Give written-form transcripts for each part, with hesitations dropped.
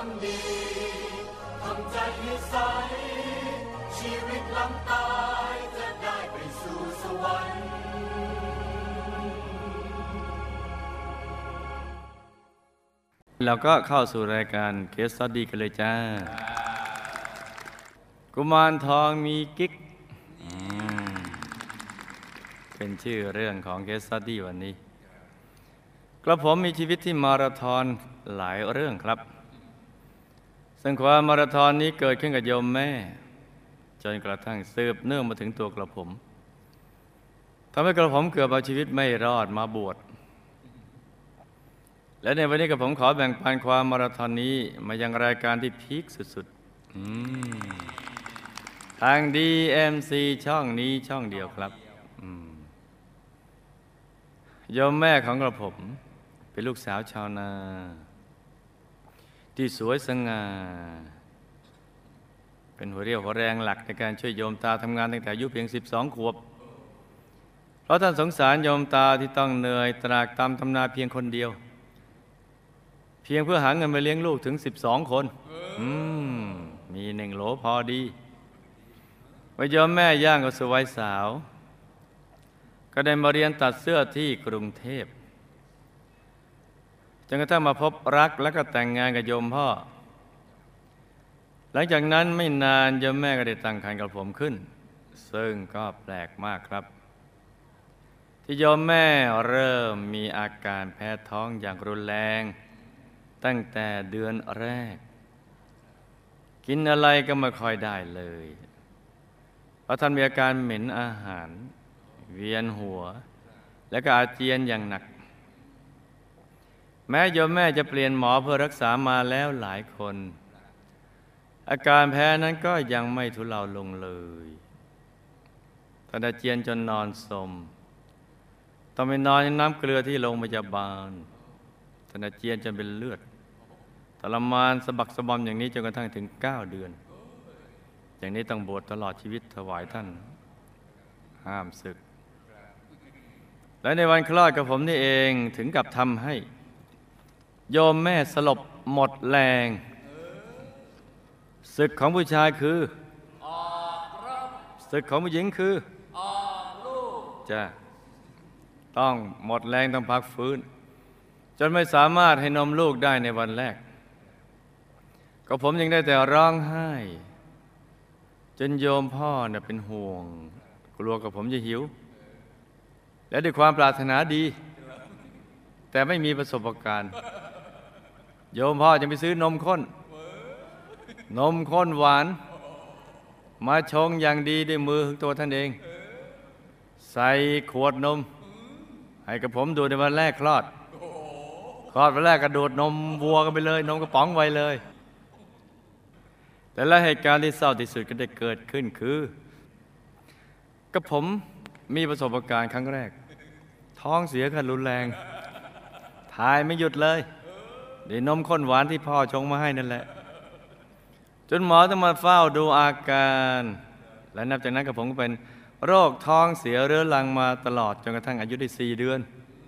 ำดีทำใจให้ใสชีวิตหลังตายจะได้ไปสู่สวรรค์เราก็เข้าสู่รายการเคสสตั๊ดดี้กันเลยจ้ากุมารทองมีกิ๊กเป็นชื่อเรื่องของเคสสตั๊ดดี้วันนี้กระผมมีชีวิตที่มาราธอนหลายเรื่องครับซึ่งความมาราธอนนี้เกิดขึ้นกับโยมแม่จนกระทั่งสืบเนื่องมาถึงตัวกระผมทำให้กระผมเกือบเอาชีวิตไม่รอดมาบวชและในวันนี้กับผมขอแบ่งปันความมาราธอนนี้มายังรายการที่พีคสุดๆทาง DMC ช่องนี้ช่องเดียวครับโยมแม่ของกระผมเป็นลูกสาวชาวนาที่สวยสง่าเป็นหัวเรี่ยวหัวแรงหลักในการช่วยโยมตาทำงานตั้งแต่อายุเพียง12 ขวบเพราะท่านสงสารโยมตาที่ต้องเหนื่อยตรากตำทำนาเพียงคนเดียวเพียงเพื่อหาเงินมาเลี้ยงลูกถึง12 คนมี1 โหลพอดีพอโยมแม่ย่างกับสวัยสาวก็ได้มาเรียนตัดเสื้อที่กรุงเทพจนกระทั่งมาพบรักและก็แต่งงานกับโยมพ่อหลังจากนั้นไม่นานโยมแม่ก็ได้ตั้งครรภ์กับผมขึ้นซึ่งก็แปลกมากครับที่โยมแม่เริ่มมีอาการแพ้ท้องอย่างรุนแรงตั้งแต่เดือนแรกกินอะไรก็ไม่ค่อยได้เลยเพราะท่านมีอาการเหม็นอาหารเวียนหัวและก็อาเจียนอย่างหนักแม้โยมแม่จะเปลี่ยนหมอเพื่อรักษามาแล้วหลายคนอาการแพ้นั้นก็ยังไม่ทุเลาลงเลยท่านอาเจียนจนนอนสมต้องไปนอนในน้ำเกลือที่โรงพยาบาลท่านอาเจียนจนเป็นเลือดทรมานสะบักสะบอมอย่างนี้จนกระทั่งถึง9 เดือนอย่างนี้ต้องบวชตลอดชีวิตถวายท่านห้ามศึกและในวันคลอดกับผมนี่เองถึงกับทำให้โยมแม่สลบหมดแรงศึกของผู้ชายคือศึกของผู้หญิงคือจะต้องหมดแรงต้องพักฟื้นจนไม่สามารถให้นมลูกได้ในวันแรกก็ผมยังได้แต่ร้องไห้จนโยมพ่อเนี่ยเป็นห่วงกลัวกับผมจะหิวและด้วยความปรารถนาดีแต่ไม่มีประสบการณ์โยมพ่อจะไปซื้อนมข้นหวานมาชงอย่างดีด้วยมือของตัวท่านเองใส่ขวดนมให้กับผมดูในวันแรกคลอดวันแรกก็ดูดนมวัวกันไปเลยนมกระป๋องไว้เลยแต่ละเหตุการณ์ที่เศร้าที่สุดก็ได้เกิดขึ้นคือกับผมมีประสบการณ์ครั้งแรกท้องเสียขั้นรุนแรงถ่ายไม่หยุดเลยด้วยนมข้นหวานที่พ่อชงมาให้นั่นแหละจนหมอต้องมาเฝ้าดูอาการและนับจากนั้นกับผมก็เป็นโรคท้องเสียเรื้อรังมาตลอดจนกระทั่งอายุได้4 เดือน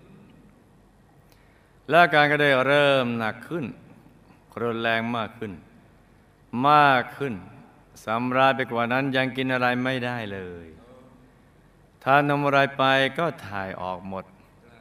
และอาการก็ได้เริ่มหนักขึ้นรุนแรงมากขึ้นสำราญไปกว่านั้นยังกินอะไรไม่ได้เลยทานนมอะไรไปก็ถ่ายออกหมด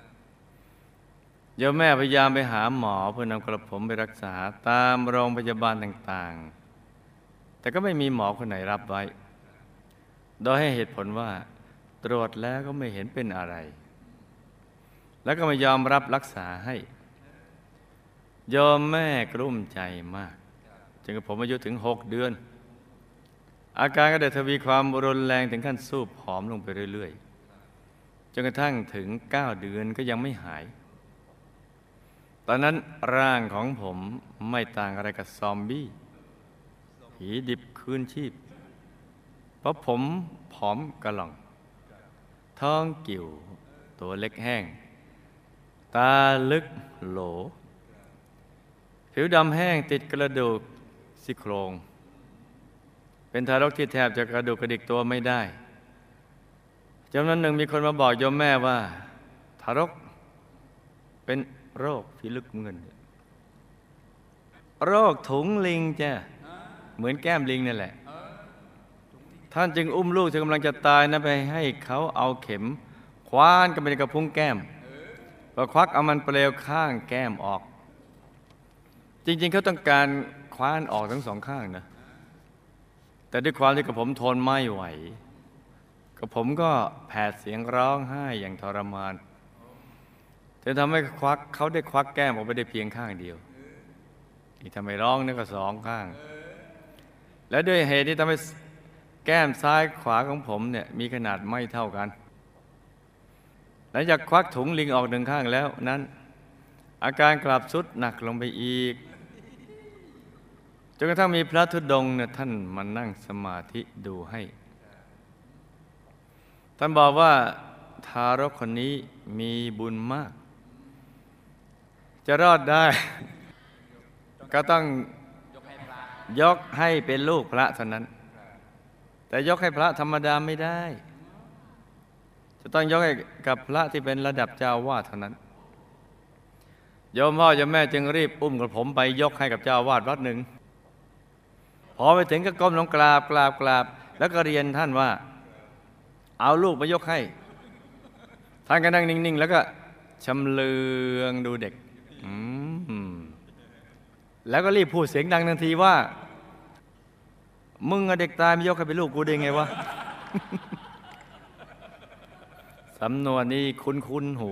โยมแม่พยายามไปหาหมอเพื่อนำกระผมไปรักษาตามโรงพยาบาลต่างๆแต่ก็ไม่มีหมอคนไหนรับไว้โดยให้เหตุผลว่าตรวจแล้วก็ไม่เห็นเป็นอะไรแล้วก็ไม่ยอมรับรักษาให้โยมแม่กลุ้มใจมากจนกระผมอายุถึง6 เดือนอาการก็ได้ทวีความรุนแรงถึงขั้นสู้ผอมลงไปเรื่อยๆจนกระทั่งถึง9 เดือนก็ยังไม่หายตอนนั้นร่างของผมไม่ต่างอะไรกับซอมบี้ผีดิบคืนชีพเพราะผมผอมกระหล่องท้องกิ่วตัวเล็กแห้งตาลึกโหลผิวดำแห้งติดกระดูกซี่โครงเป็นทารกที่แทบจะกระดูกกระดิกตัวไม่ได้จำนั้นหนึ่งมีคนมาบอกโยมแม่ว่าทารกเป็นโรคพิลึกเงินโรคถุงลิงจ้ะเหมือนแก้มลิงนั่นแหละท่านจึงอุ้มลูกที่กำลังจะตายนะไปให้เขาเอาเข็มคว้านกันไปในกระพุ้งแก้มก็ควักเอามันเปลวข้างแก้มออกจริงๆเขาต้องการคว้านออกทั้งสองข้างนะแต่ด้วยความที่กระผมทนไม่ไหวกระผมก็แผดเสียงร้องไห้อย่างทรมานจนทำให้เขาได้ควักแก้มออกไปได้เพียงข้างเดียวที่ทำให้ร้องนี่ก็สองข้างและด้วยเหตุที่ทำให้แก้มซ้ายขวาของผมเนี่ยมีขนาดไม่เท่ากันหลังจากควักถุงลิงออกหนึ่งข้างแล้วนั้นอาการกลับทรุดหนักลงไปอีกจนกระทั่งมีพระธุดงค์เนี่ยท่านมานั่งสมาธิดูให้ท่านบอกว่าทารกคนนี้มีบุญมากจะรอดได้ก็ต้องยกให้เป็นลูกพระเท่านั้นแต่ยกให้พระธรรมดาไม่ได้จะต้องยกให้กับพระที่เป็นระดับเจ้าวาดเท่านั้นโยมพ่อโยมแม่จึงรีบอุ้มกระผมไปยกให้กับเจ้าวาดวัดหนึ่งพอไปถึงก็ก้มลงกราบแล้วก็เรียนท่านว่าเอาลูกมายกให้ท่านก็นั่งนิ่งๆแล้วก็ชำเลืองดูเด็กแล้วก็รีบพูดเสียงดังทันทีว่ามึงเด็กตายไม่ยกให้เป็นลูกกูได้ไงวะ สำนวนนี้คุ้นหู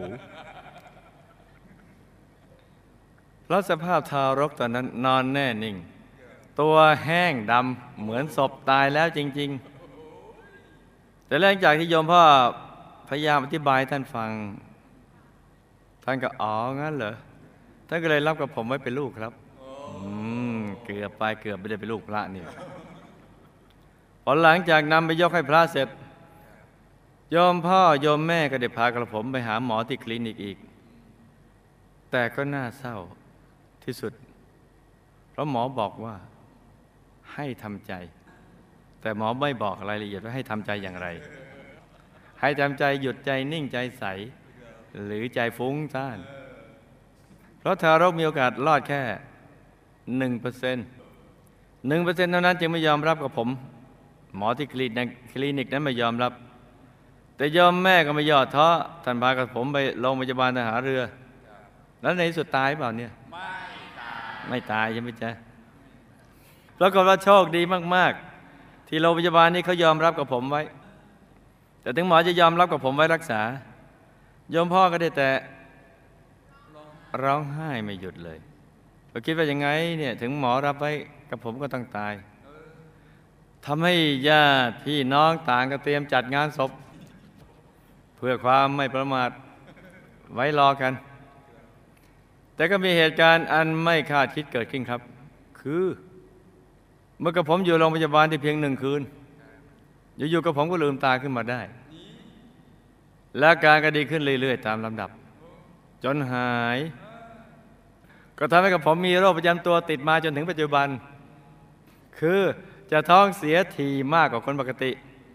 เพราะสภาพทารกตอนนั้นนอนแน่นิ่งตัวแห้งดำเหมือนศพตายแล้วจริงๆแต่หลังจากที่โยมพ่อพยายามอธิบายท่านฟังท่านก็อ๋องั้นเหรอท่านก็เลยรับกับผมไว้เป็นลูกครับเกือบไม่ได้เป็นลูกพระนี่พอหลังจากนำไปยกให้พระเสร็จโยมพ่อโยมแม่ก็ได้พากระผมไปหาหมอที่คลินิกอีกแต่ก็น่าเศร้าที่สุดเพราะหมอบอกว่าให้ทำใจแต่หมอไม่บอกรายละเอียดว่าให้ทำใจอย่างไรให้ทำใจหยุดใจนิ่งใจใสหรือใจฟุ้งซ่านเพราะทารกมีโอกาสรอดแค่ 1% เท่านั้นจึงไม่ยอมรับกับผมหมอที่คลินิกนั้นไม่ยอมรับแต่ยอมแม่ก็ไม่ย่อท้อท่านพากับผมไปโรงพยาบาลทหารเรือแล้วในที่สุดตายเปล่าเนี่ยไม่ตายใช่ไหมจ๊ะแล้วก็ว่าโชคดีมากๆที่โรงพยาบาลนี้เขายอมรับกับผมไว้แต่ถึงหมอจะยอมรับกับผมไว้รักษาโยมพ่อก็ได้แต่ร้องไห้ไม่หยุดเลยก็คิดว่ายังไงเนี่ยถึงหมอรับไว้กับผมก็ต้องตายทำให้ญาติพี่น้องต่างก็เตรียมจัดงานศพเพื่อความไม่ประมาทไว้รอกันแต่ก็มีเหตุการณ์อันไม่คาดคิดเกิดขึ้นครับคือเมื่อกับผมอยู่โรงพยาบาลที่เพียง1 คืนอยู่ๆกับผมก็ลืมตาขึ้นมาได้และการก็ดีขึ้นเรื่อยๆตามลำดับจนหายก็ทำให้กับผมมีโรคประจำตัวติดมาจนถึงปัจจุบันคือจะท้องเสียทีมากกว่าคนปกติ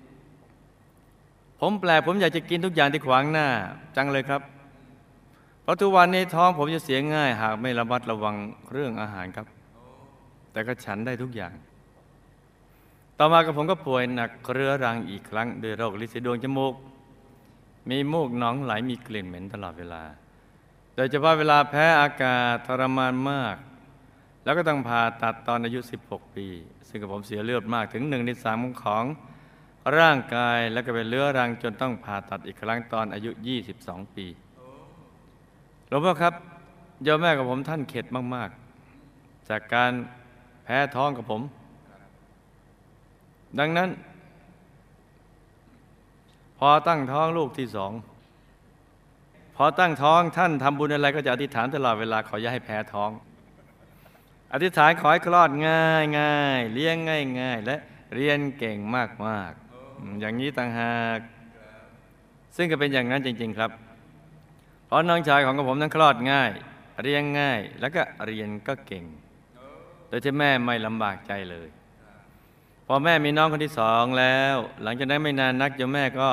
ผมอยากจะกินทุกอย่างที่ขวางหน้าจังเลยครับเพราะทุกวันนี้ท้องผมจะเสียง่ายหากไม่ระมัดระวังเรื่องอาหารครับแต่ก็ฉันได้ทุกอย่างต่อมากับผมก็ป่วยหนักเรื้อรังอีกครั้งด้วยโรคลินสีดวงจมูกมีมูกหนองไหลมีกลิ่นเหม็นตลอดเวลาโดยเฉพาะเวลาแพ้อากาศทรมานมากแล้วก็ต้องผ่าตัดตอนอายุ16 ปีซึ่งกับผมเสียเลือดมากถึง1 ใน 3ของร่างกายแล้วก็เป็นเรื้อรังจนต้องผ่าตัดอีกครั้งตอนอายุ22 ปีหลวงพ่อครับโยมแม่กับผมท่านเข็ดมากๆจากการแพ้ท้องกับผมดังนั้นพอตั้งท้องลูกที่2พอตั้งท้องท่านทำบุญอะไรก็จะอธิษฐานตลอดเวลาขออย่าให้แพ้ท้องอธิษฐานขอให้คลอดง่ายเลี้ยงง่ายและเรียนเก่งมากๆอย่างนี้ต่างหากซึ่งก็เป็นอย่างนั้นจริงๆครับเพราะน้องชายของผมนั้นคลอดง่ายเรียนง่ายแล้วก็เรียนก็เก่งโดยที่แม่ไม่ลำบากใจเลยพอแม่มีน้องคนที่2แล้วหลังจากนั้นไม่นานนักโยมแม่ก็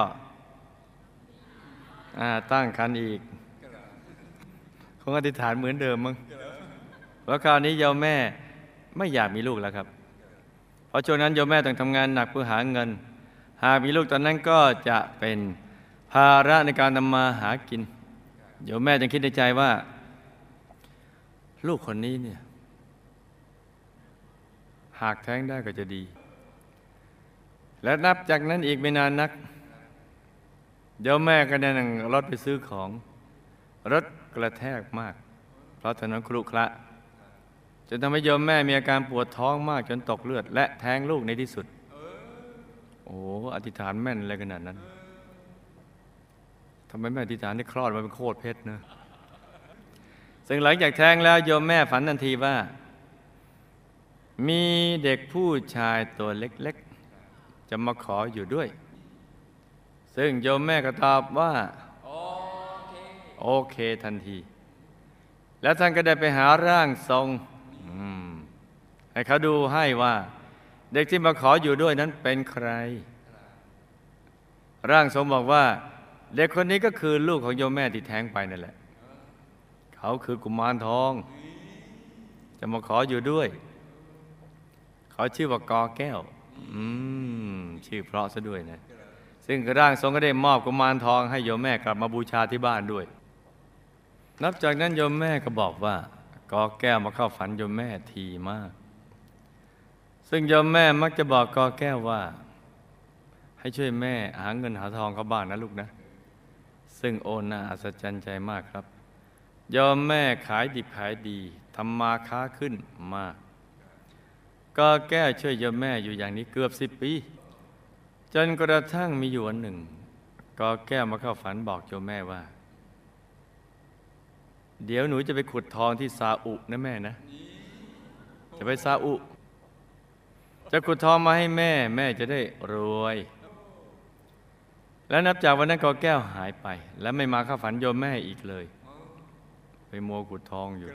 ตั้งครรภ์อีกคงอธิษฐานเหมือนเดิมมั้งเพราะคราวนี้โยมแม่ไม่อยากมีลูกแล้วครับเพราะช่วงนั้นโยมแม่ต้องทำงานหนักเพื่อหาเงินหากมีลูกตอนนั้นก็จะเป็นภาระในการทำมาหากินโยมแม่จึงคิดในใจว่าลูกคนนี้เนี่ยหากแท้งได้ก็จะดีและนับจากนั้นอีกไม่นานนักโยมแม่ก็ได้นั่งรถไปซื้อของรถกระแทกมากเพราะถนนครุขระจนทำให้โยมแม่มีอาการปวดท้องมากจนตกเลือดและแท้งลูกในที่สุดโอ้อธิษฐานแม่นอะไรขนาดนั้นทำไมแม่อธิษฐานได้คลอดมาเป็นโคตรเพชรนะซึ่งหลังจากแท้งแล้วโยมแม่ฝันทันทีว่ามีเด็กผู้ชายตัวเล็กๆจะมาขออยู่ด้วยซึ่งโยมแม่ก็ตอบว่าโอเคทันทีแล้วท่านก็ได้ไปหาร่างทรงให้เขาดูให้ว่าเด็กที่มาขออยู่ด้วยนั้นเป็นใครร่างทรงบอกว่าเด็กคนนี้ก็คือลูกของโยมแม่ที่แท้งไปนั่นแหละเขาคือกุมารทองจะมาขออยู่ด้วยเขาชื่อว่ากอแก้วชื่อเพราะซะด้วยนะซึ่งร่างทรงก็ได้มอบกุมารทองให้โยมแม่กลับมาบูชาที่บ้านด้วยนับจากนั้นโยมแม่ก็บอกว่ากอแก้วมาเข้าฝันโยมแม่ทีมากซึ่งโยมแม่มักจะบอกกอแก้วว่าให้ช่วยแม่หาเงินหาทองเขาบ้างนะลูกนะซึ่งโอน่าอัศจรรย์ใจมากครับโยมแม่ขายดิบขายดีทำมาค้าขึ้นมากกอแก้วช่วยโยมแม่อยู่อย่างนี้เกือบ10 ปีจนกระทั่งมีอยู่วันหนึ่งกอแก้วมาเข้าฝันบอกโยมแม่ว่าเดี๋ยวหนูจะไปขุดทองที่ซาอุนะแม่นะจะไปซาอุจะขุดทองมาให้แม่แม่จะได้รวยแล้วนับจากวันนั้นกอแก้วหายไปและไม่มาเข้าฝันโยมแม่อีกเลยไปมัวขุดทองอยู่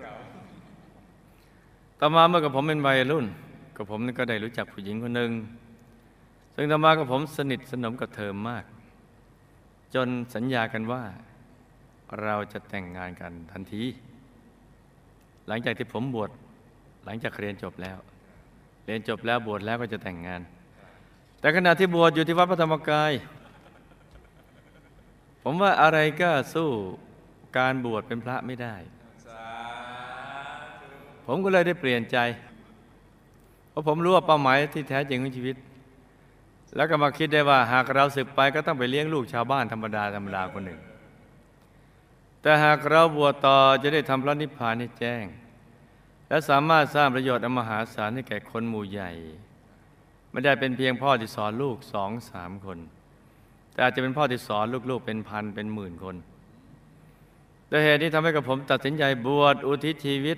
ต่อมาเมื่อกับผมเป็นวัยรุ่นกับผมก็ได้รู้จักผู้หญิงคนหนึ่งซึ่งต่อมากับผมสนิทสนมกับเธอมากจนสัญญากันว่าเราจะแต่งงานกันทันทีหลังจากที่ผมบวชหลังจากเรียนจบแล้วบวชแล้วก็จะแต่งงานแต่ขณะที่บวชอยู่ที่วัดพระธรรมกายผมว่าอะไรก็สู้การบวชเป็นพระไม่ได้ผมก็เลยได้เปลี่ยนใจเพราะผมรู้ว่าเป้าหมายที่แท้จริงของชีวิตแล้วก็มาคิดได้ว่าหากเราสึกไปก็ต้องไปเลี้ยงลูกชาวบ้านธรรมดาคนหนึ่งแต่หากเราบวชต่อจะได้ทำพระนิพพานให้แจ้งและสามารถสร้างประโยชน์อันมหาศาลให้แก่คนหมู่ใหญ่ไม่ได้เป็นเพียงพ่อที่สอนลูก2-3 คนแต่อาจจะเป็นพ่อที่สอนลูกๆเป็นพันเป็นหมื่นคนด้วยเหตุนี้ทำให้กับผมตัดสินใจบวชอุทิศชีวิต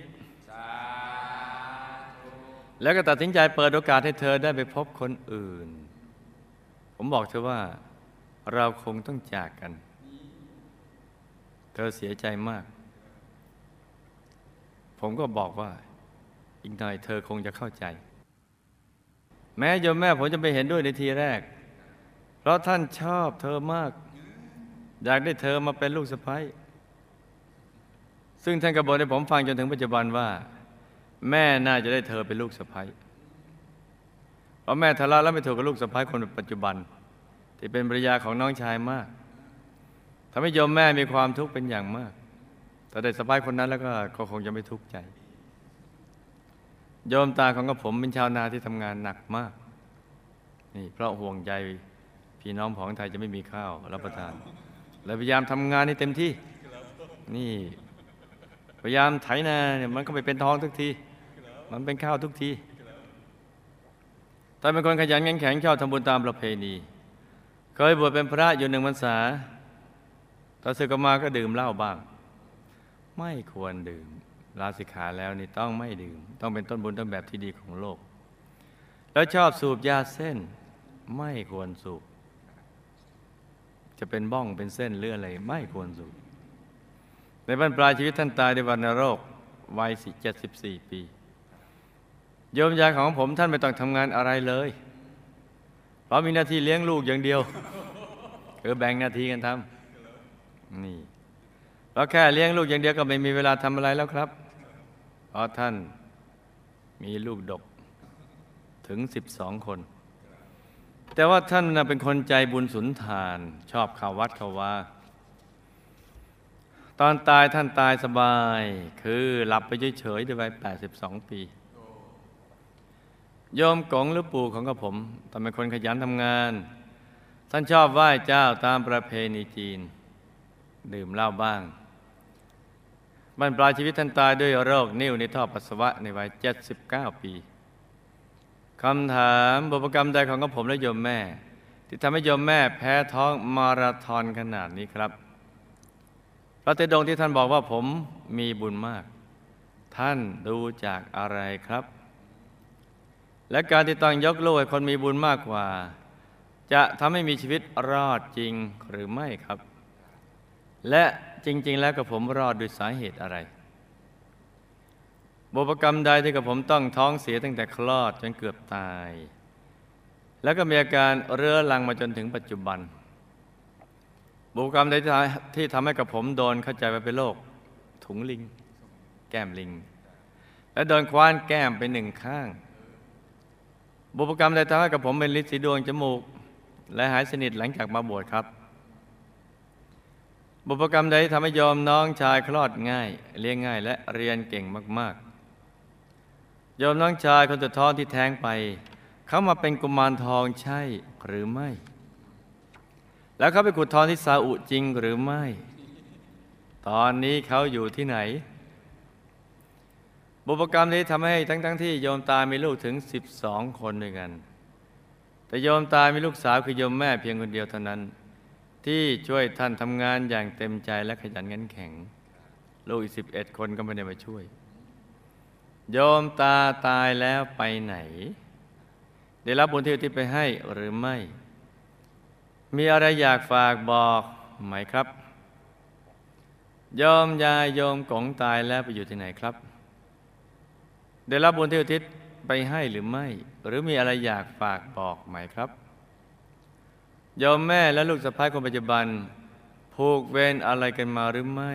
แล้วก็ตัดสินใจเปิดโอกาสให้เธอได้ไปพบคนอื่นผมบอกเธอว่าเราคงต้องจากกันเธอเสียใจมากผมก็บอกว่าอีกหน่อยเธอคงจะเข้าใจแม้โยมแม่ผมจะไม่เห็นด้วยในทีแรกเพราะท่านชอบเธอมากอยากได้เธอมาเป็นลูกสะใภ้ซึ่งท่านก็บอกให้ผมฟังจนถึงปัจจุบันว่าแม่น่าจะได้เธอเป็นลูกสะใภ้เพราะแม่ทะเลาะแล้วไม่ถูกกับลูกสะใภ้คนปัจจุบันที่เป็นภรรยาของน้องชายมากทำให้โยมแม่มีความทุกข์เป็นอย่างมากแต่ได้สะใภ้คนนั้นแล้วก็คงจะไม่ทุกข์ใจโยมตาของกระผมเป็นชาวนาที่ทำงานหนักมากนี่เพราะห่วงใยพี่น้องของไทยจะไม่มีข้าวรับประทานเลยพยายามทำงานให้เต็มที่นี่พยายามไถนาเนี่ยมันก็ไม่เป็นทองทุกทีมันเป็นข้าวทุกทีท่านเป็นคนขยันขันแข็งชอบทำบุญตามประเพณีเคยบวชเป็นพระอยู่1 พรรษาตอนศึกออกมาก็ดื่มเหล้าบ้างไม่ควรดื่มลาสิกขาแล้วนี่ต้องไม่ดื่มต้องเป็นต้นบุญต้นแบบที่ดีของโลกแล้วชอบสูบยาเส้นไม่ควรสูบจะเป็นบ้องเป็นเส้นเลือดอะไรไม่ควรสูบในบรรปลายชีวิตท่านตายด้วยวัณโรควัย74 ปีโยมยายของผมท่านไม่ต้องทำงานอะไรเลยเพราะมีหน้าที่เลี้ยงลูกอย่างเดียวคือแบ่งหน้าที่กันทำนี่เพราะแค่เลี้ยงลูกอย่างเดียวก็ไม่มีเวลาทำอะไรแล้วครับเพราะท่านมีลูกดกถึง12 คน แต่ว่าท่านเป็นคนใจบุญสุนทานชอบเข้าวัดเข้าวาตอนตายท่านตายสบายคือหลับไปเฉยๆด้วยวัย82 ปีโยมกงหรือปู่ของกระผมท่านเป็นคนขยันทำงานท่านชอบไหว้เจ้าตามประเพณีจีนดื่มเหล้าบ้างบรรปลายชีวิตท่านตายด้วยโรคนิ่วในท่อปัสสาวะในวัย79 ปีคำถามบุพกรรมใดของกระผมและโยมแม่ที่ทำให้โยมแม่แพ้ท้องมาราธอนขนาดนี้ครับพระเตดงที่ท่านบอกว่าผมมีบุญมากท่านดูจากอะไรครับและการที่ต้องยกโล่ให้คนมีบุญมากกว่าจะทำให้มีชีวิตรอดจริงหรือไม่ครับและจริงๆแล้วกับผมรอดด้วยสาเหตุอะไรบุพกรรมใดที่กับผมต้องท้องเสียตั้งแต่คลอดจนเกือบตายแล้วก็มีอาการเรื้อรังมาจนถึงปัจจุบันบุพกรรมใดที่ทำให้กับผมโดนเข้าใจว่าเป็นโรคถุงลิงแก้มลิงและโดนคว้านแก้มไป1 ข้างบุพกรรมใดทำให้กับผมเป็นฤทธิ์สีดวงจมูกและหายสนิทหลังจากมาบวชครับบุพกรรมใดทำให้โยมน้องชายคลอดง่ายเลี้ยงง่ายและเรียนเก่งมากๆโยมน้องชายคนสุดท้องที่แท้งไปเขามาเป็นกุมารทองใช่หรือไม่แล้วเขาไปขุดทองที่ซาอุจริงหรือไม่ตอนนี้เขาอยู่ที่ไหนบุพกรรมนี้ทำให้ทั้งที่โยมตามีลูกถึง12 คนด้วยกันแต่โยมตามีลูกสาวคือโยมแม่เพียงคนเดียวเท่านั้นที่ช่วยท่านทำงานอย่างเต็มใจและขยันขันแข็งลูกอีก11 คนก็ไม่ได้มาช่วยโยมตาตายแล้วไปไหนได้รับบุญที่อุทิศไปให้หรือไม่มีอะไรอยากฝากบอกไหมครับโยมยายโยมกงตายแล้วไปอยู่ที่ไหนครับได้รับบุญที่อุทิศไปให้หรือไม่หรือมีอะไรอยากฝากบอกไหมครับโยมแม่และลูกสะใภ้คนปัจจุบันผูกเวรอะไรกันมาหรือไม่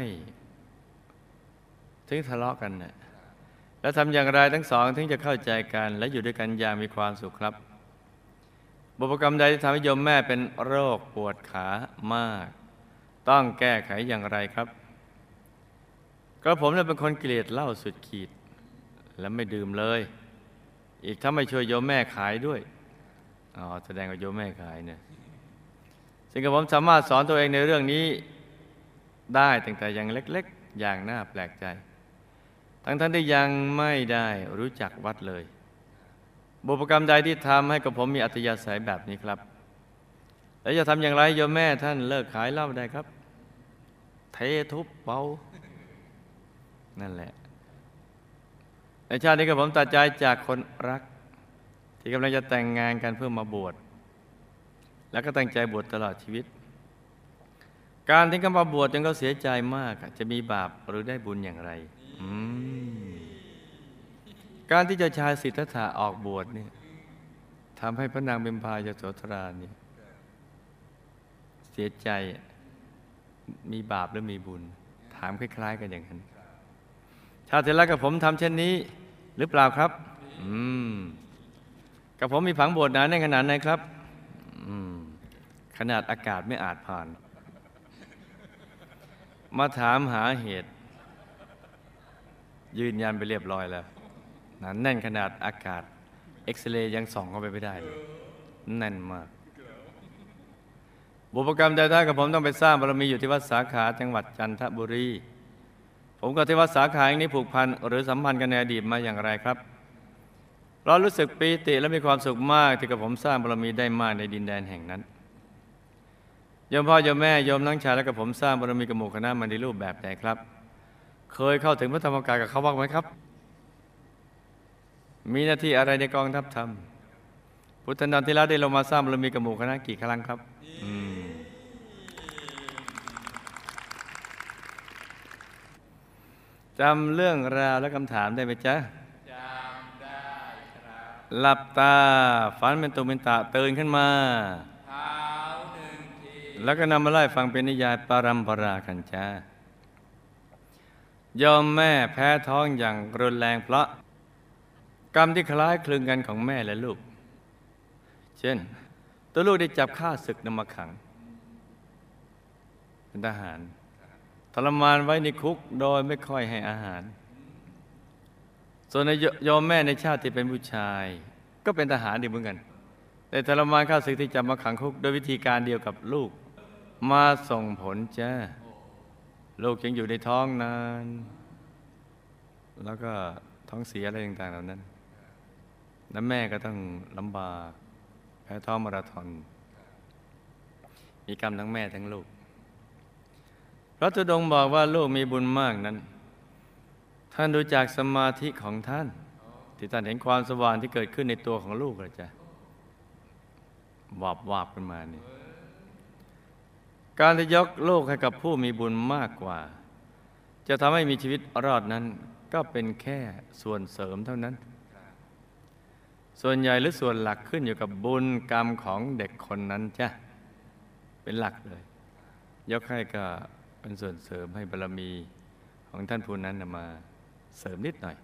ถึงทะเลาะกันน่ะแล้วทำอย่างไรทั้งสองถึงจะเข้าใจกันและอยู่ด้วยกันอย่างมีความสุขครับบุพกรรมใดที่ทำให้โยมแม่เป็นโรคปวดขามากต้องแก้ไขอย่างไรครับกระผมเป็นคนเกลียดเหล้าสุดขีดและไม่ดื่มเลยอีกถ้าไม่ช่วยโยมแม่ขายด้วยแสดงว่าโยมแม่ขายเนี่ยซึ่งกระผมสามารถสอนตัวเองในเรื่องนี้ได้ตั้งแต่ยังเล็กๆอย่างน่าแปลกใจทั้งที่ยังไม่ได้รู้จักวัดเลยบุพกรรมใดที่ทำให้กับผมมีอัธยาศัยแบบนี้ครับแล้วจะทำอย่างไรโยมแม่ท่านเลิกขายเหล้าได้ครับเททุบเบานั่นแหละในชาตินี้กับผมตัดใจจากคนรักที่กำลังจะแต่งงานกันเพื่อมาบวชแล้วก็ตั้งใจบวชตลอดชีวิตการที่เขามาบวชจนเขาเสียใจมากจะมีบาปหรือได้บุญอย่างไรการที่เจ้าชายสิทธัตถะออกบวชนี่ทำให้พระนางเบญพายโสธรานี่เสียใจมีบาปหรือมีบุญถามคล้ายๆกันอย่างนั้นชาติที่แล้วกับผมทำเช่นนี้หรือเปล่าครับกับผมมีผังบวชหนาแน่นขนาดไหนครับขนาดอากาศไม่อาจผ่านมาถามหาเหตุยืนยันไปเรียบร้อยแล้วแน่นขนาดอากาศเอ็กซเรย์ยังส่องเข้าไปไม่ได้เลยแน่นมากบุพกรรมใดๆกับผมต้องไปสร้างบารมีอยู่ที่วัดสาขาจังหวัดจันทบุรีผมกับที่วัดสาขาแห่งนี้ผูกพันหรือสัมพันธ์กันในอดีตมาอย่างไรครับเรารู้สึกปีติและมีความสุขมากที่กับผมสร้างบารมีได้มากในดินแดนแห่งนั้นโยมพ่อโยมแม่โยมน้องชายและกับผมสร้างบารมีกับหมู่คณะมาในรูปแบบไหนครับเคยเข้าถึงพระธรรมกายกับเขาบ้างไหมครับมีหน้าที่อะไรในกองทัพธรรมพุทธันดรที่แล้วได้ลงมาสร้างบารมีกับหมู่คณะกี่ครั้งครับจำเรื่องราวและคำถามได้ไหมจ๊ะจำได้ครับหลับตาฝันเป็นตุเป็นตะตื่นขึ้นมาเท้า1 ทีแล้วก็นำมาไล่ฟังเป็นนิยายปรัมปรากันจ้ายอมแม่แพ้ท้องอย่างรุนแรงเพราะกรรมที่คล้ายคลึงกันของแม่และลูกเช่นตัวลูกได้จับข้าศึกนำมาขังเป็นทหารทรมานไว้ในคุกโดยไม่ค่อยให้อาหารส่วนโยมแม่ในชาติที่เป็นผู้ชายก็เป็นทหารดีเหมือนกันแต่ทรมานข้าศึกที่จับมาขังคุกโดยวิธีการเดียวกับลูกมาส่งผลจ้าลูกยังอยู่ในท้องนานแล้วก็ท้องเสียอะไรต่างๆเหล่านั้นแล้วแม่ก็ต้องลำบากแพ้ท้องมาราธอนมีกรรมทั้งแม่ทั้งลูกพระธุดงค์บอกว่าลูกมีบุญมากนั้นท่านดูจากสมาธิของท่านที่ท่านเห็นความสว่างที่เกิดขึ้นในตัวของลูกเลยจ้ะวาบขึ้นมานี่การที่ยกลูกให้กับผู้มีบุญมากกว่าจะทำให้มีชีวิตรอดนั้นก็เป็นแค่ส่วนเสริมเท่านั้นส่วนใหญ่หรือส่วนหลักขึ้นอยู่กับบุญกรรมของเด็กคนนั้นจ้ะเป็นหลักเลยยกให้ก็เป็นส่วนเสริมให้บารมีของท่านผู้นั้นมาเสริมนิดหน่อย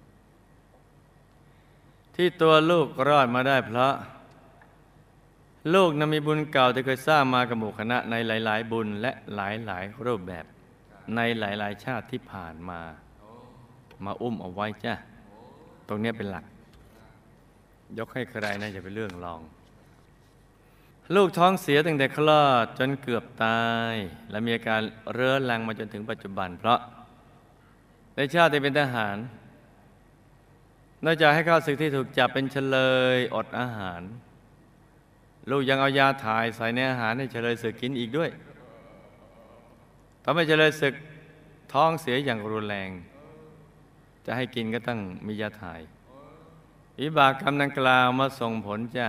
ที่ตัวลูกรอดมาได้เพราะลูกนั้นมีบุญเก่าที่เคยสร้างมากับหมู่คณะในหลายๆบุญและหลายๆรูปแบบในหลายๆชาติที่ผ่านมาอุ้มเอาไว้จ้ะตรงนี้เป็นหลักยกให้ใครนะอย่าเป็นเรื่องรองลูกท้องเสียตั้งแต่คลอดจนเกือบตายและมีอาการเรื้อรังมาจนถึงปัจจุบันเพราะในชาติที่เป็นทหารนอกจากให้ข้าศึกที่ถูกจับเป็นเฉลยอดอาหารลูกยังเอายาถ่ายใส่ในอาหารให้เฉลยศึกกินอีกด้วยทำให้เฉลยศึกท้องเสียอย่างรุนแรงจะให้กินก็ต้องมียาถ่ายวิบากกรรมดังกล่าวมาส่งผลจ้ะ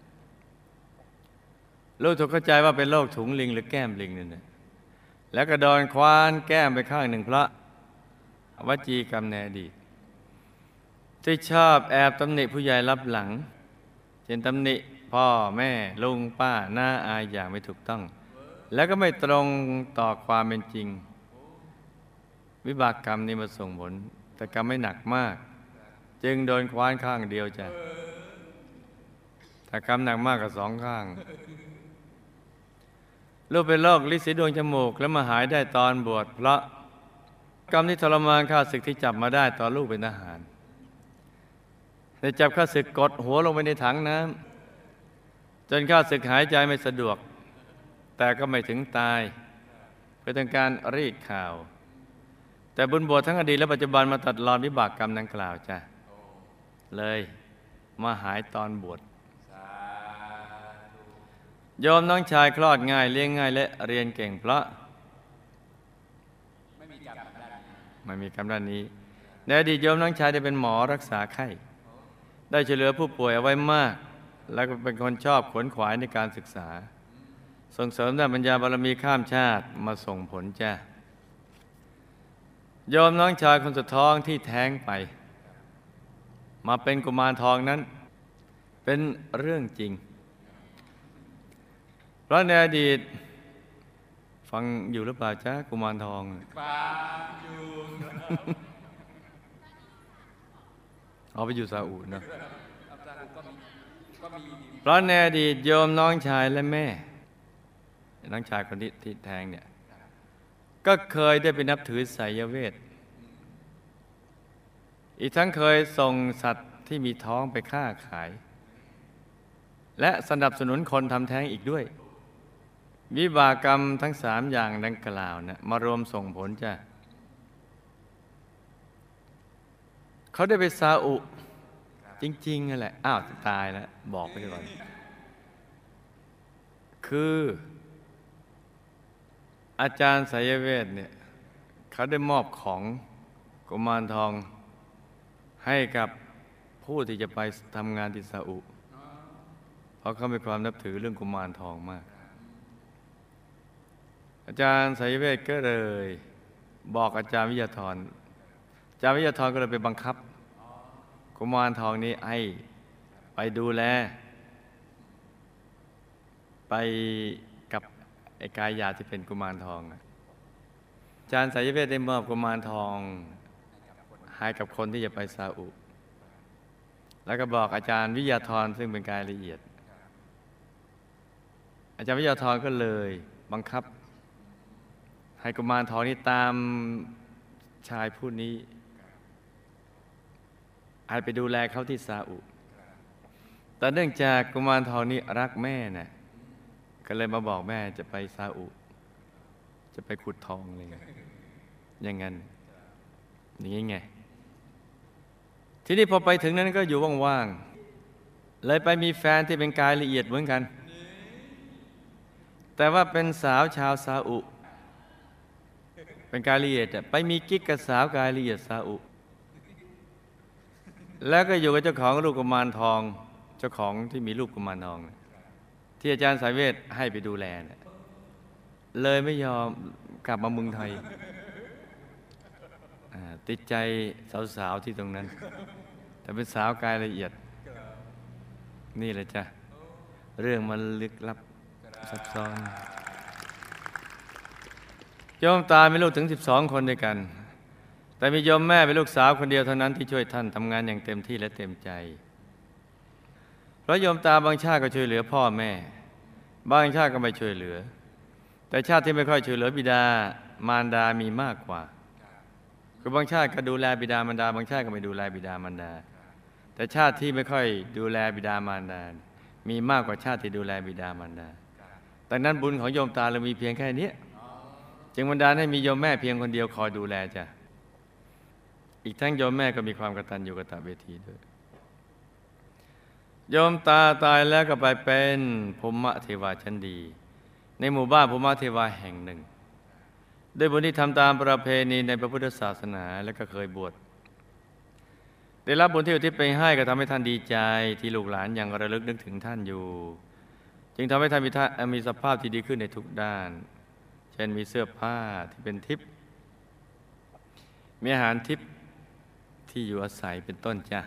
ลูกถูกเข้าใจว่าเป็นโรคถุงลิงหรือแก้มลิงนั่นแหละแล้วก็โดนควานแก้มไปข้างหนึ่งเพราะวจีกรรมในอดีตที่ชอบแอบตำหนิผู้ใหญ่รับหลังเช่นตำหนิพ่อแม่ลุงป้าน้าอาอย่างไม่ถูกต้องแล้วก็ไม่ตรงต่อความเป็นจริงวิบากกรรมนี้มาส่งผลแต่กรรมไม่หนักมากจึงโดนควานข้างเดียวจ้ะแต่กรรมหนักมากกว่าสองข้างลูกเป็นโรคลิ้นสีดวงจมูกแล้วมาหายได้ตอนบวชเพราะกรรมที่ทรมานข้าศึกที่จับมาได้ตอนลูกเป็นทหารได้จับข้าศึกกดหัวลงไปในถังน้ำจนข้าศึกหายใจไม่สะดวกแต่ก็ไม่ถึงตายเพื่อต้องการรีดข่าวแต่บุญบวชทั้งอดีตและปัจจุบันมาตัดรอนวิบากกรรมดังกล่าวจ้ะเลยมาหายตอนบวชโยมน้องชายคลอดง่ายเลี้ยงง่ายและเรียนเก่งเพราะไม่มีกรรมด้านนี้ในอดีตโยมน้องชายได้เป็นหมอรักษาไข้ได้ช่วยเหลือผู้ป่วยเอาไว้มากและก็เป็นคนชอบขวนขวายในการศึกษาส่งเสริมด้านปัญญาบารมีข้ามชาติมาส่งผลจ้ะโยมน้องชายคนสุดท้องที่แท้งไปมาเป็นกุมารทองนั้นเป็นเรื่องจริงเพราะในอดีตฟังอยู่หรือเปล่าจ๊ะกุมารทองฟังอยู่เอาไปอยู่ซาอุนะเพราะในอดีตโยมน้องชายและแม่น้องชายคนที่แทงเนี่ยก็เคยได้ไปนับถือไสยเวทอีกทั้งเคยส่งสัตว์ที่มีท้องไปฆ่าขายและสนับสนุนคนทำแท้งอีกด้วยวิบากกรรมทั้งสามอย่างดังกล่าวนะมารวมส่งผลจ้ะเขาได้ไปซาอุจริงๆนั่นแหละอ้าวตายแล้วบอกไปก่อนคืออาจารย์ไสยเวทเนี่ยเขาได้มอบของกุมารทองให้กับผู้ที่จะไปทำงานที่ซาอุเพราะเขามีความนับถือเรื่องกุมารทองมากอาจารย์ไสยเวทก็เลยบอกอาจารย์วิทยาธรอาจารย์วิทยาธรก็เลยไปบังคับกุมารทองนี้ให้ไปดูแลไปกับไอ้กายหยาบที่เป็นกุมารทองอาจารย์ไสยเวทได้มอบกุมารทองให้กับคนที่จะไปซาอุแล้วก็บอกอาจารย์วิทยาธรซึ่งเป็นกายละเอียดอาจารย์วิทยาธรก็เลยบังคับให้กุมารทองนี้ตามชายผู้นี้ให้ไปดูแลเขาที่ซาอุแต่เนื่องจากกุมารทองนี้รักแม่น่ะก็เลยมาบอกแม่จะไปซาอุจะไปขุดทองอะไรอย่างนั้นอย่างนี้ไงทีนี้พอไปถึงนั้นก็อยู่ว่างๆเลยไปมีแฟนที่เป็นกายละเอียดเหมือนกันแต่ว่าเป็นสาวชาวซาอุเป็นกายละเอียดไปมีกิ๊กกับสาวกายละเอียดซาอุแล้วก็อยู่กับเจ้าของลูกกุมารทองเจ้าของที่มีลูกกุมารทองที่อาจารย์สายเวทให้ไปดูแลเนี่ยเลยไม่ยอมกลับมาเมืองไทยติดใจสาวๆที่ตรงนั้นแต่เป็นสาวกายละเอียดนี่แหละจ้ะเรื่องมันลึกลับซับซ้อนโยมตามีลูกถึง12 คนด้วยกันแต่มีโยมแม่เป็นลูกสาวคนเดียวเท่านั้นที่ช่วยท่านทำงานอย่างเต็มที่และเต็มใจเพราะโยมตาบางชาติก็ช่วยเหลือพ่อแม่บางชาติก็ไม่ช่วยเหลือแต่ชาติที่ไม่ค่อยช่วยเหลือบิดามารดามีมากกว่าคือบางชาติก็ดูแลบิดามารดาบางชาติก็ไม่ดูแลบิดามารดาแต่ชาติที่ไม่ค่อยดูแลบิดามารดามีมากกว่าชาติที่ดูแลบิดามารดาดังนั้นบุญของโยมตาเรามีเพียงแค่นี้จึงบันดาลให้มีโยมแม่เพียงคนเดียวคอยดูแลจ้ะอีกทั้งโยมแม่ก็มีความกตัญญูกตเวทีด้วยโยมตาตายแล้วก็ไปเป็นพรหมเทวาชั้นดีในหมู่บ้านพรหมเทวาแห่งหนึ่งด้วยบุญที่ทำตามประเพณีในพระพุทธศาสนาและก็เคยบวชได้รับบุญที่อุทิศไปให้ก็ทำให้ท่านดีใจที่ลูกหลานยังระลึกนึกถึงท่านอยู่จึงทำให้ท่านมีสภาพที่ดีขึ้นในทุกด้านเช่นมีเสื้อผ้าที่เป็นทิพย์มีอาหารทิพย์ที่อยู่อาศัยเป็นต้นจ้ะ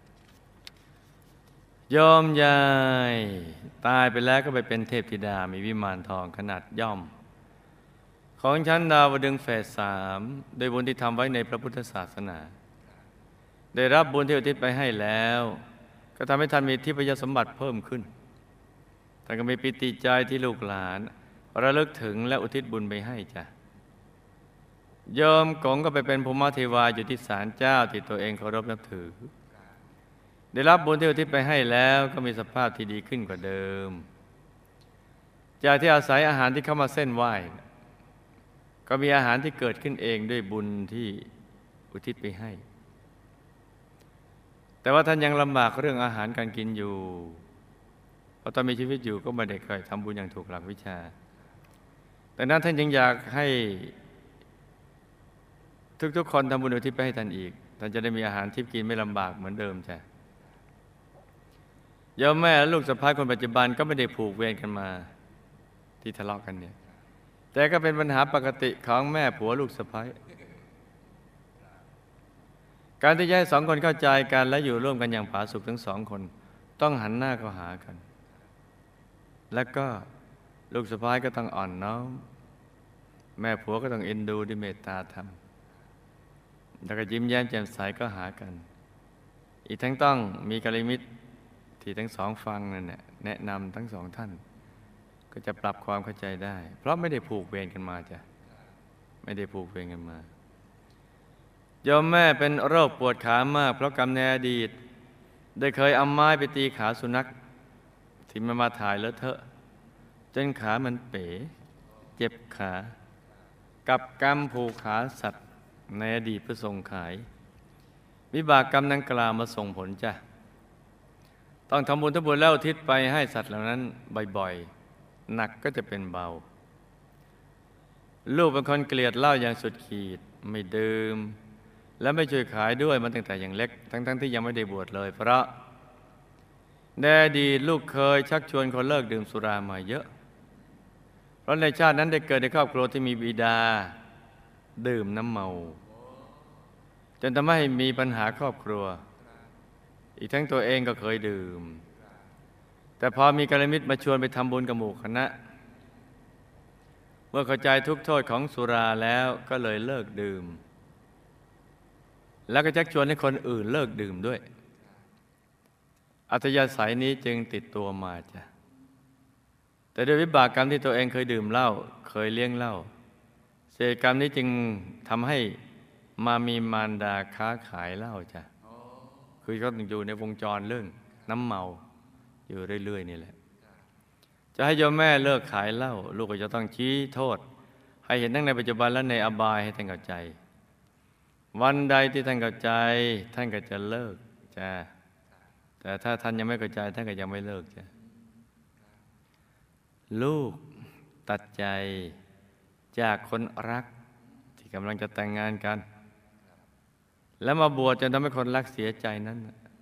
โยมยายตายไปแล้วก็ไปเป็นเทพธิดามีวิมานทองขนาดย่อมของชั้นดาวดึงส์เฟส 3โดยบุญที่ทำไว้ในพระพุทธศาสนาได้รับบุญที่อุทิศไปให้แล้วก็ทำให้ท่านมีทิพยสมบัติเพิ่มขึ้นท่านก็มีปิติใจที่ลูกหลานระลึกถึงและอุทิศบุญไปให้จ้ะโยมกงก็ไปเป็นพรหมเทวาอยู่ที่ศาลเจ้าที่ตัวเองเคารพนับถือได้รับบุญที่อุทิศไปให้แล้วก็มีสภาพที่ดีขึ้นกว่าเดิมจากที่อาศัยอาหารที่เข้ามาเส้นไหว้ก็มีอาหารที่เกิดขึ้นเองด้วยบุญที่อุทิศไปให้แต่ว่าท่านยังลำบากเรื่องอาหารการกินอยู่เพราะตอนมีชีวิตอยู่ก็ไม่ได้เคยทำบุญอย่างถูกหลักวิชาแต่นั้นท่านยังอยากให้ทุกคนทำบุญอุทิศไปให้ท่านอีกท่านจะได้มีอาหารทิพย์กินไม่ลำบากเหมือนเดิมจ้ะโยมแม่และลูกสะใภ้คนปัจจุบันก็ไม่ได้ผูกเวรกันมาที่ทะเลาะกันเนี่ยแต่ก็เป็นปัญหาปกติของแม่ผัวลูกสะใภ้การที่จะให้2 คนเข้าใจกันและอยู่ร่วมกันอย่างผาสุกทั้ง2 คนต้องหันหน้าเข้าหากันแล้วก็ลูกสะใภ้ก็ต้องอ่อนน้อมแม่ผัวก็ต้องเอ็นดูด้วยเมตตาธรรมแล้วก็ยิ้มแย้มแจ่มใสก็หากันอีกทั้งต้องมีกัลยาณมิตรที่ทั้ง2 ฟังนั่นแหละแนะนำทั้ง2 ท่านก็จะปรับความเข้าใจได้เพราะไม่ได้ผูกเวรกันมาจ้ะไม่ได้ผูกเวรกันมาโยมแม่เป็นโรคปวดขามากเพราะกรรมในอดีตได้เคยเอาไม้ไปตีขาสุนัขที่มันมาถ่ายเลอะเทอะจนขามันเป๋เจ็บขากับกรรมผูกขาสัตว์ในอดีตเพื่อส่งขายวิบากกรรมดังกล่าวมาส่งผลจ้ะต้องทำบุญทุกบุญแล้วอุทิศไปให้สัตว์เหล่านั้นบ่อยๆหนักก็จะเป็นเบาลูกเป็นคนเกลียดเหล้าอย่างสุดขีดไม่ดื่มและไม่ช่วยขายด้วยมันตั้งแต่อย่างเล็กทั้งที่ยังไม่ได้บวชเลยเพราะในอดีตลูกเคยชักชวนคนเลิกดื่มสุรามาเยอะเพราะในชาตินั้นได้เกิดในครอบครัวที่มีบิดาดื่มน้ำเมาจนทำให้มีปัญหาครอบครัวอีกทั้งตัวเองก็เคยดื่มแต่พอมีกัลยาณมิตรมาชวนไปทำบุญกับหมู่คณะเมื่อเข้าใจทุกโทษของสุราแล้วก็เลยเลิกดื่มแล้วก็ชักชวนให้คนอื่นเลิกดื่มด้วยอัธยาศัยนี้จึงติดตัวมาจ้ะแต่ด้วยวิบากกรรมที่ตัวเองเคยดื่มเหล้าเคยเลี้ยงเหล้าเศษกรรมนี้จึงทำให้มามีมารดาค้าขายเหล้าจ้ะคือเขาอยู่ในวงจรเรื่องน้ำเมาอยู่เรื่อยๆนี่แหละจะให้โยมแม่เลิกขายเหล้าลูกก็จะต้องชี้โทษให้เห็นทั้งในปัจจุบันและในอบายให้ท่านเข้าใจวันใดที่ท่านเข้าใจท่านก็จะเลิกจ้ะแต่ถ้าท่านยังไม่เข้าใจท่านก็ยังไม่เลิกจ้ะลูกตัดใจจากคนรักที่กำลังจะแต่งงานกันแล้วมาบวชจนทำให้คนรักเสียใจนั้น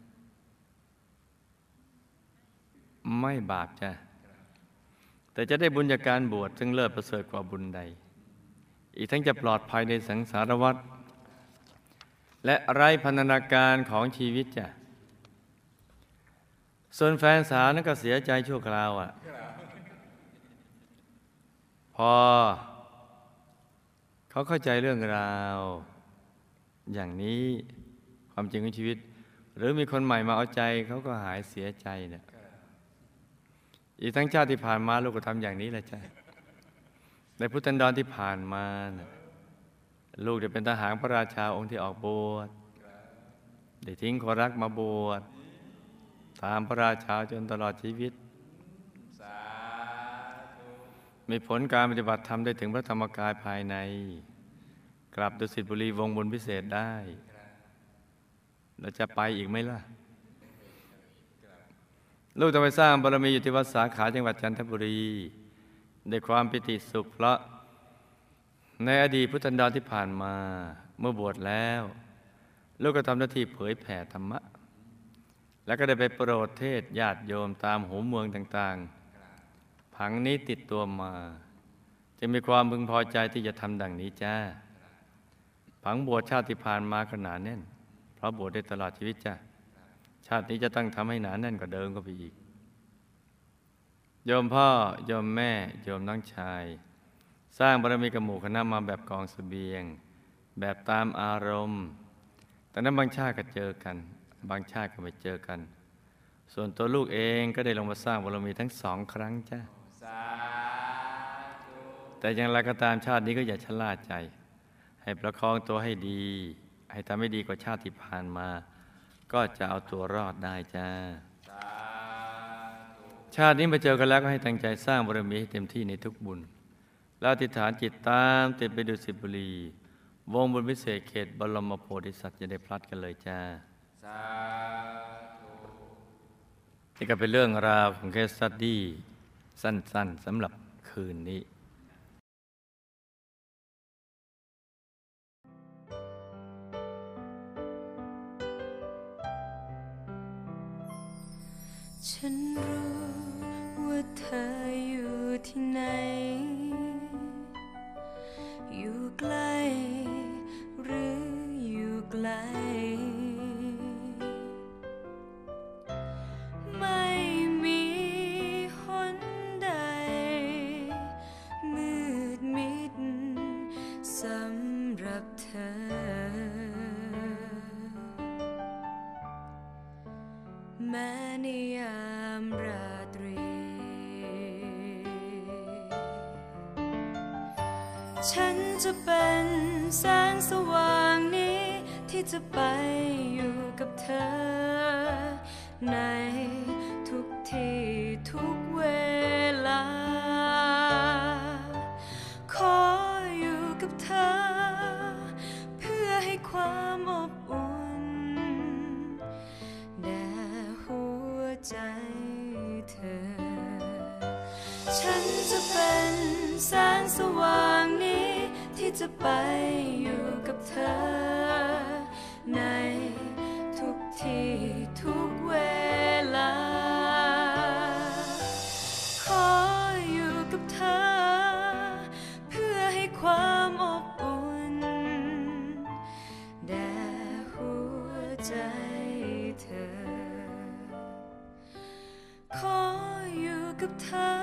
ไม่บาปจ้ะแต่จะได้บุญจากการบวชซึ่งเลิศประเสริฐกว่าบุญใดอีกทั้งจะปลอดภัยในสังสารวัฏและไร้พันธนาการของชีวิตจ้ะส่วนแฟนสาวนั้นก็เสียใจชั่วคราวพอเขาเข้าใจเรื่องราวอย่างนี้ความจริงของชีวิตหรือมีคนใหม่มาเอาใจเขาก็หายเสียใจเนี่ยอีกทั้งชาติที่ผ่านมาลูกก็ทำอย่างนี้แหละจ้ะในพุทธันดรที่ผ่านมาลูกได้เป็นทหารพระราชาองค์ที่ออกบวชได้ทิ้งคนรักมาบวชตามพระราชาจนตลอดชีวิตมีผลการปฏิบัติธรรมได้ถึงพระธรรมกายภายในกลับดุสิตบุรีวงบุญพิเศษได้เราจะไปอีกไหมล่ะลูกจะไปสร้างบารมีอยู่ที่วัดสาขาจังหวัดจันทบุรีด้วยความปิติสุขเพราะในอดีตพุทธันดรที่ผ่านมาเมื่อบวชแล้วลูกก็ทำหน้าที่เผยแผ่ธรรมะแล้วก็ได้ไปโปรดเทศญาติโยมตามหัวเมืองต่างๆผังนี้ติดตัวมาจะมีความพึงพอใจที่จะทำดังนี้จ้าผังบวชชาติที่ผ่านมาก็หนาแน่นเพราะบวชได้ตลอดชีวิตจ้าชาตินี้จะต้องทำให้หนาแน่นกว่าเดิมก็ไปอีกโยมพ่อโยมแม่โยมน้องชายสร้างบารมีกับหมู่คณะมาแบบกองเสบียงแบบตามอารมณ์แต่นั้นบางชาติก็เจอกันบางชาติก็ไม่เจอกันส่วนตัวลูกเองก็ได้ลงมาสร้างบารมีทั้ง2 ครั้งจ้ะแต่อย่างไรก็ตามชาตินี้ก็อย่าชะล่าใจให้ประคองตัวให้ดีให้ทำให้ดีกว่าชาติที่ผ่านมาก็จะเอาตัวรอดได้จ้าชาตินี้มาเจอกันแล้วก็ให้ตั้งใจสร้างบารมีให้เต็มที่ในทุกบุญแล้วอธิษฐานจิตตามติดไปดุสิตบุรีวงบุญพิเศษเขตบรมโพธิสัตว์จะได้พลัดกันเลยจ้านี่ก็เป็นเรื่องราวของเคสสตั๊ดดี้สั้นๆสำหรับคืนนี้ฉันรู้ว่าเธออยู่ที่ไหนอยู่ใกล้หรืออยู่ไกลไม่มีหนใดมืดมิดสำหรับเธอแม้ในยามราตรีฉันจะเป็นแสงสว่างนี้ที่จะไปอยู่กับเธอในทุกที่ทุกเวลาขออยู่กับเธอเพื่อให้ความอบอุ่นแด่หัวใจเธอฉันจะเป็นแสงสว่างนี้ที่จะไปอยู่กับเธอในทุกที่ทุกเวลาขออยู่กับเธอเพื่อให้ความอบอุ่นแด่หัวใจเธอขออยู่กับเธอ